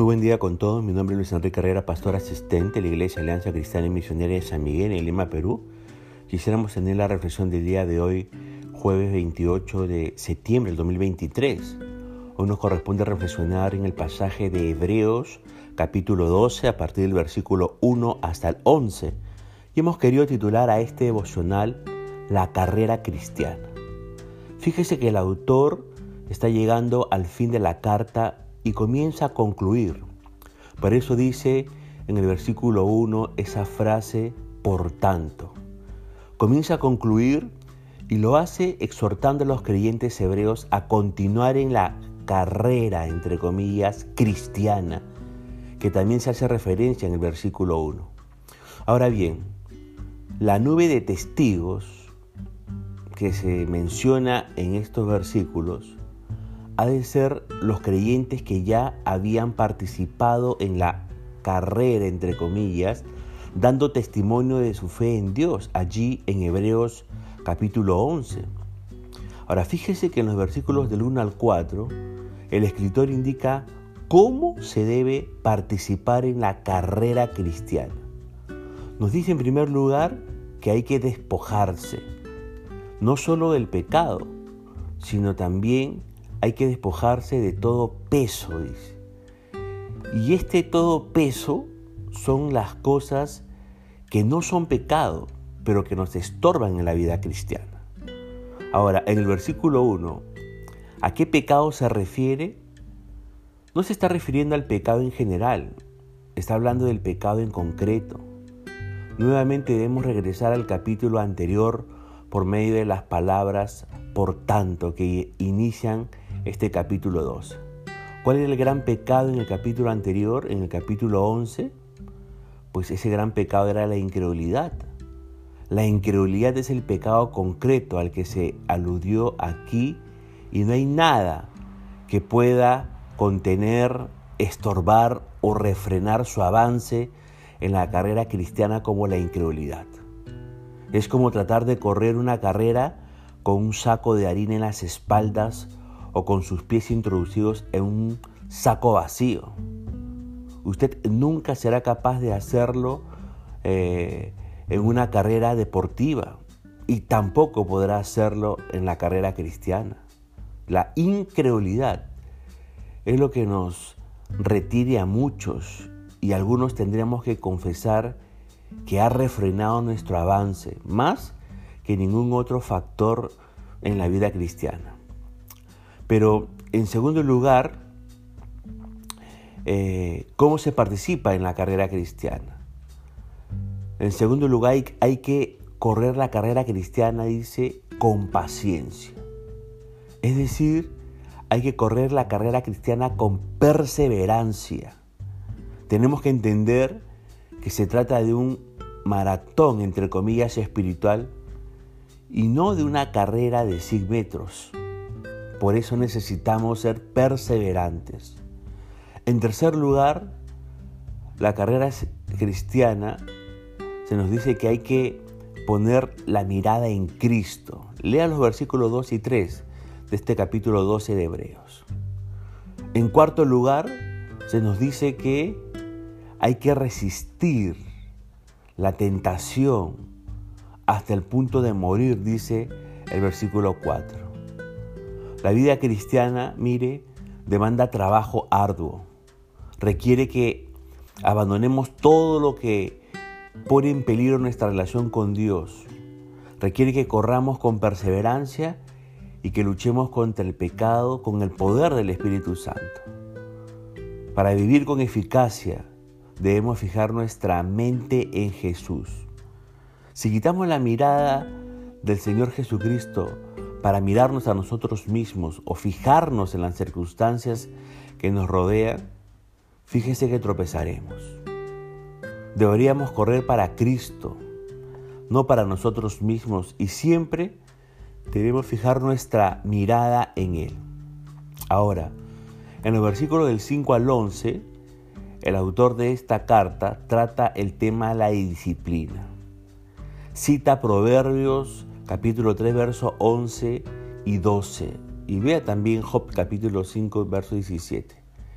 buen día con todos. Mi nombre es Luis Enrique Herrera, pastor asistente de la Iglesia Alianza Cristiana y Misionera de San Miguel en Lima, Perú. Quisiéramos tener la reflexión del día de hoy, jueves 28 de septiembre del 2023. Hoy nos corresponde reflexionar en el pasaje de Hebreos, capítulo 12, a partir del versículo 1 hasta el 11. Y hemos querido titular a este devocional La carrera cristiana. Fíjese que el autor está llegando al fin de la carta y comienza a concluir. Por eso dice en el versículo 1 esa frase, por tanto. Comienza a concluir y lo hace exhortando a los creyentes hebreos a continuar en la carrera, entre comillas, cristiana, que también se hace referencia en el versículo 1. Ahora bien, la nube de testigos que se menciona en estos versículos ha de ser los creyentes que ya habían participado en la carrera, entre comillas, dando testimonio de su fe en Dios, allí en Hebreos capítulo 11. Ahora, fíjese que en los versículos del 1 al 4, el escritor indica cómo se debe participar en la carrera cristiana. Nos dice en primer lugar que hay que despojarse, no solo del pecado, sino también hay que despojarse de todo peso, dice. Y este todo peso son las cosas que no son pecado, pero que nos estorban en la vida cristiana. Ahora, en el versículo 1, ¿a qué pecado se refiere? No se está refiriendo al pecado en general, está hablando del pecado en concreto. Nuevamente debemos regresar al capítulo anterior por medio de las palabras por tanto que inician este capítulo 12. ¿Cuál era el gran pecado en el capítulo anterior, en el capítulo 11? Pues ese gran pecado era la incredulidad. La incredulidad es el pecado concreto al que se aludió aquí y no hay nada que pueda contener, estorbar o refrenar su avance en la carrera cristiana como la incredulidad. Es como tratar de correr una carrera con un saco de harina en las espaldas o con sus pies introducidos en un saco vacío. Usted nunca será capaz de hacerlo en una carrera deportiva y tampoco podrá hacerlo en la carrera cristiana. La incredulidad es lo que nos retiene a muchos y algunos tendremos que confesar que ha refrenado nuestro avance más que ningún otro factor en la vida cristiana. Pero en segundo lugar, ¿cómo se participa en la carrera cristiana? En segundo lugar, hay que correr la carrera cristiana, dice, con paciencia. Es decir, hay que correr la carrera cristiana con perseverancia. Tenemos que entender que se trata de un maratón, entre comillas, espiritual y no de una carrera de 100 metros. Por eso necesitamos ser perseverantes. En tercer lugar, la carrera cristiana se nos dice que hay que poner la mirada en Cristo. Lea los versículos 2 y 3 de este capítulo 12 de Hebreos. En cuarto lugar, se nos dice que hay que resistir la tentación hasta el punto de morir, dice el versículo 4. La vida cristiana, mire, demanda trabajo arduo. Requiere que abandonemos todo lo que pone en peligro nuestra relación con Dios. Requiere que corramos con perseverancia y que luchemos contra el pecado con el poder del Espíritu Santo. Para vivir con eficacia, debemos fijar nuestra mente en Jesús. Si quitamos la mirada del Señor Jesucristo para mirarnos a nosotros mismos o fijarnos en las circunstancias que nos rodean, fíjese que tropezaremos. Deberíamos correr para Cristo, no para nosotros mismos, y siempre debemos fijar nuestra mirada en Él. Ahora, en los versículos del 5 al 11, el autor de esta carta trata el tema de la disciplina. Cita Proverbios capítulo 3, versos 11 y 12. Y vea también Job capítulo 5, verso 17.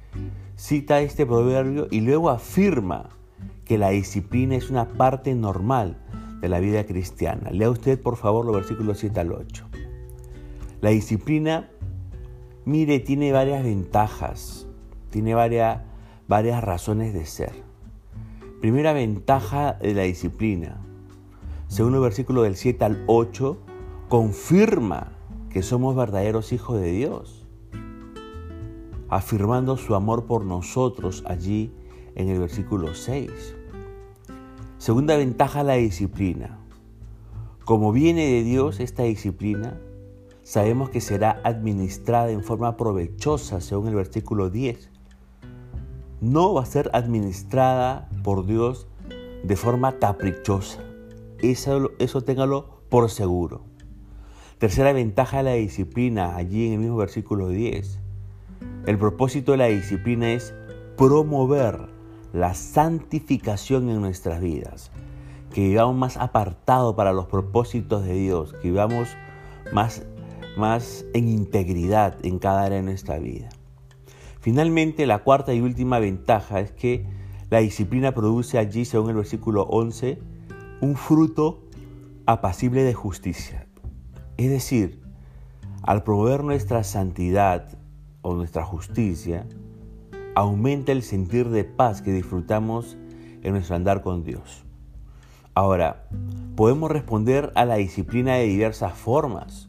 cita este proverbio y luego afirma que la disciplina es una parte normal de la vida cristiana. Lea usted, por favor, los versículos 7 al 8. La disciplina, mire, tiene varias ventajas, tiene varias razones de ser. Primera ventaja de la disciplina, según los versículos del 7 al 8, confirma que somos verdaderos hijos de Dios, afirmando su amor por nosotros allí en el versículo 6. Segunda ventaja, la disciplina. Como viene de Dios esta disciplina, sabemos que será administrada en forma provechosa, según el versículo 10. No va a ser administrada por Dios de forma caprichosa. Eso téngalo por seguro. Tercera ventaja de la disciplina, allí en el mismo versículo 10. El propósito de la disciplina es promover la santificación en nuestras vidas, que vivamos más apartados para los propósitos de Dios, que vivamos más en integridad en cada área de nuestra vida. Finalmente, la cuarta y última ventaja es que la disciplina produce allí, según el versículo 11, un fruto apacible de justicia. Es decir, al promover nuestra santidad o nuestra justicia, aumenta el sentir de paz que disfrutamos en nuestro andar con Dios. Ahora, podemos responder a la disciplina de diversas formas.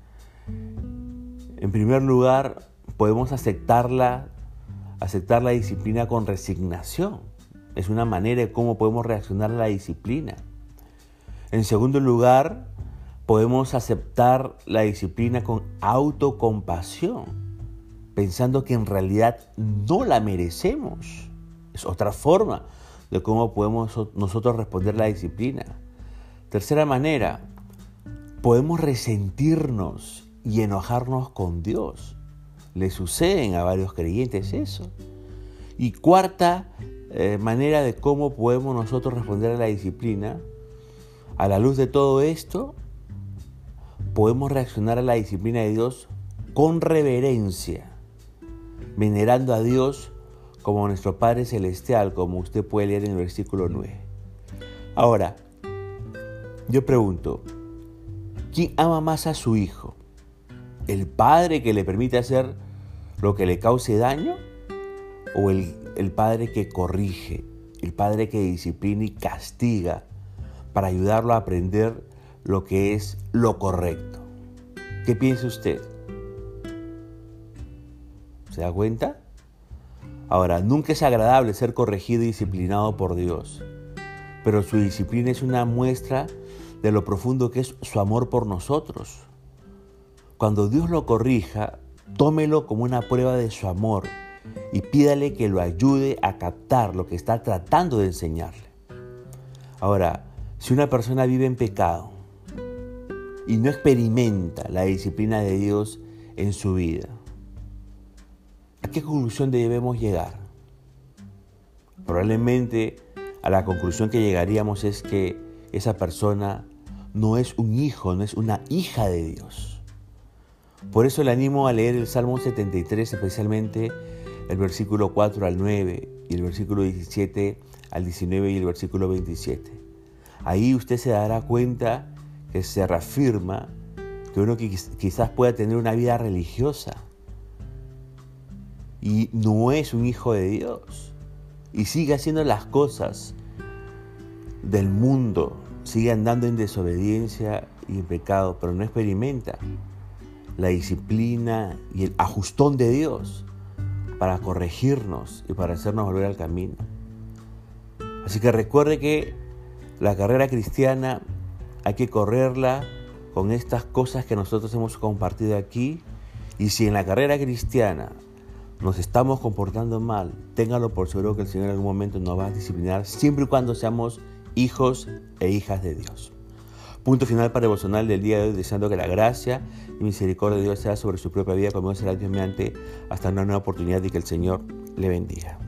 En primer lugar, podemos aceptar la disciplina con resignación. Es una manera de cómo podemos reaccionar a la disciplina. En segundo lugar, podemos aceptar la disciplina con autocompasión, pensando que en realidad no la merecemos. Es otra forma de cómo podemos nosotros responder a la disciplina. Tercera manera, podemos resentirnos y enojarnos con Dios. Le suceden a varios creyentes eso. Y cuarta manera de cómo podemos nosotros responder a la disciplina, a la luz de todo esto, podemos reaccionar a la disciplina de Dios con reverencia, venerando a Dios como nuestro Padre Celestial, como usted puede leer en el versículo 9. Ahora, yo pregunto, ¿quién ama más a su hijo? ¿El padre que le permite hacer lo que le cause daño? ¿O el padre que corrige, el padre que disciplina y castiga para ayudarlo a aprender lo que es lo correcto? ¿Qué piensa usted? ¿Se da cuenta? Ahora, nunca es agradable ser corregido y disciplinado por Dios, pero su disciplina es una muestra de lo profundo que es su amor por nosotros. Cuando Dios lo corrija, tómelo como una prueba de su amor y pídale que lo ayude a captar lo que está tratando de enseñarle. Ahora, si una persona vive en pecado y no experimenta la disciplina de Dios en su vida, ¿a qué conclusión debemos llegar? Probablemente a la conclusión que llegaríamos es que esa persona no es un hijo, no es una hija de Dios. Por eso le animo a leer el Salmo 73, especialmente el versículo 4 al 9 y el versículo 17 al 19 y el versículo 27. Ahí usted se dará cuenta que se reafirma que uno quizás pueda tener una vida religiosa y no es un hijo de Dios y sigue haciendo las cosas del mundo, sigue andando en desobediencia y en pecado, pero no experimenta la disciplina y el ajustón de Dios para corregirnos y para hacernos volver al camino. Así que recuerde que la carrera cristiana hay que correrla con estas cosas que nosotros hemos compartido aquí, y si en la carrera cristiana nos estamos comportando mal, téngalo por seguro que el Señor en algún momento nos va a disciplinar, siempre y cuando seamos hijos e hijas de Dios. Punto final para el devocional del día de hoy, deseando que la gracia y misericordia de Dios sea sobre su propia vida, como será Dios mediante, hasta una nueva oportunidad, y que el Señor le bendiga.